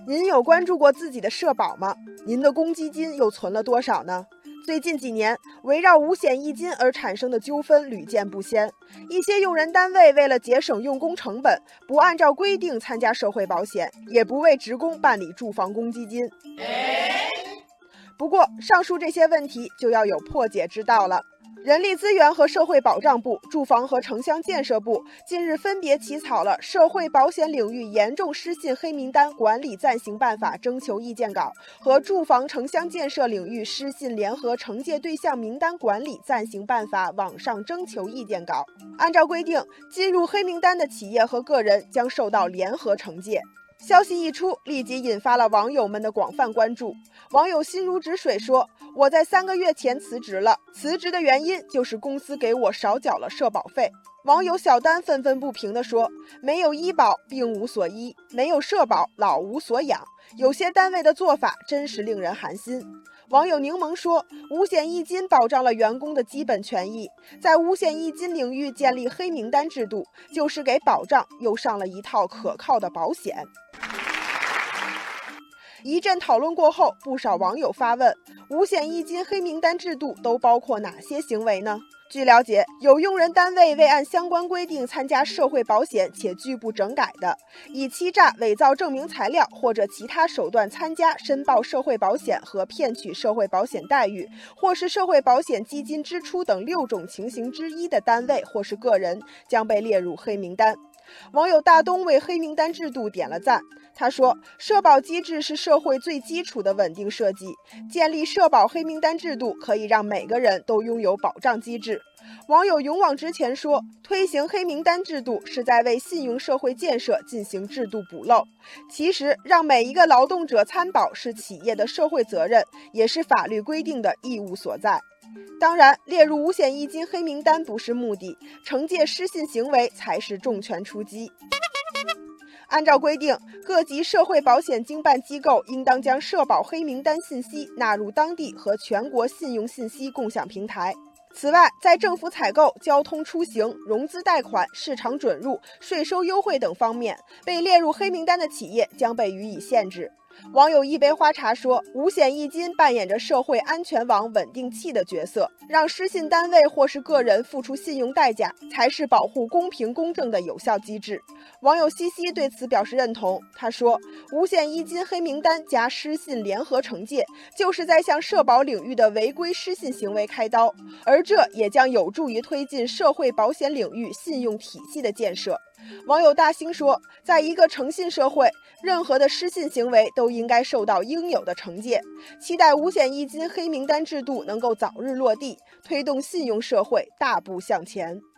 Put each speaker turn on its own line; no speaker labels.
您有关注过自己的社保吗？您的公积金又存了多少呢？最近几年，围绕五险一金而产生的纠纷屡见不鲜。一些用人单位为了节省用工成本，不按照规定参加社会保险，也不为职工办理住房公积金。不过，上述这些问题就要有破解之道了。人力资源和社会保障部、住房和城乡建设部近日分别起草了《社会保险领域严重失信黑名单管理暂行办法》征求意见稿和《住房城乡建设领域失信联合惩戒对象名单管理暂行办法》网上征求意见稿。按照规定，进入黑名单的企业和个人将受到联合惩戒。消息一出，立即引发了网友们的广泛关注。网友心如止水说：“我在3个月前辞职了，辞职的原因就是公司给我少缴了社保费。”网友小丹愤愤不平地说：“没有医保，病无所医；没有社保，老无所养。有些单位的做法真是令人寒心。”网友柠檬说：“五险一金保障了员工的基本权益，在五险一金领域建立黑名单制度，就是给保障又上了一套可靠的保险。”一阵讨论过后，不少网友发问：五险一金黑名单制度都包括哪些行为呢？据了解，有用人单位未按相关规定参加社会保险且拒不整改的，以欺诈、伪造证明材料或者其他手段参加、申报社会保险和骗取社会保险待遇，或是社会保险基金支出等6种情形之一的单位或是个人，将被列入黑名单。网友大东为黑名单制度点了赞。他说：“社保机制是社会最基础的稳定设计，建立社保黑名单制度可以让每个人都拥有保障机制。”网友勇往直前说：“推行黑名单制度是在为信用社会建设进行制度补漏。其实，让每一个劳动者参保是企业的社会责任，也是法律规定的义务所在。”当然，列入五险一金黑名单不是目的，惩戒失信行为才是重拳出击。按照规定，各级社会保险经办机构应当将社保黑名单信息纳入当地和全国信用信息共享平台。此外，在政府采购、交通出行、融资贷款、市场准入、税收优惠等方面，被列入黑名单的企业将被予以限制。网友一杯花茶说：“五险一金扮演着社会安全网稳定器的角色，让失信单位或是个人付出信用代价，才是保护公平公正的有效机制。”网友西西对此表示认同，他说：“五险一金黑名单加失信联合惩戒，就是在向社保领域的违规失信行为开刀，而这也将有助于推进社会保险领域信用体系的建设。”网友大兴说：“在一个诚信社会，任何的失信行为都应该受到应有的惩戒。期待五险一金黑名单制度能够早日落地，推动信用社会大步向前。”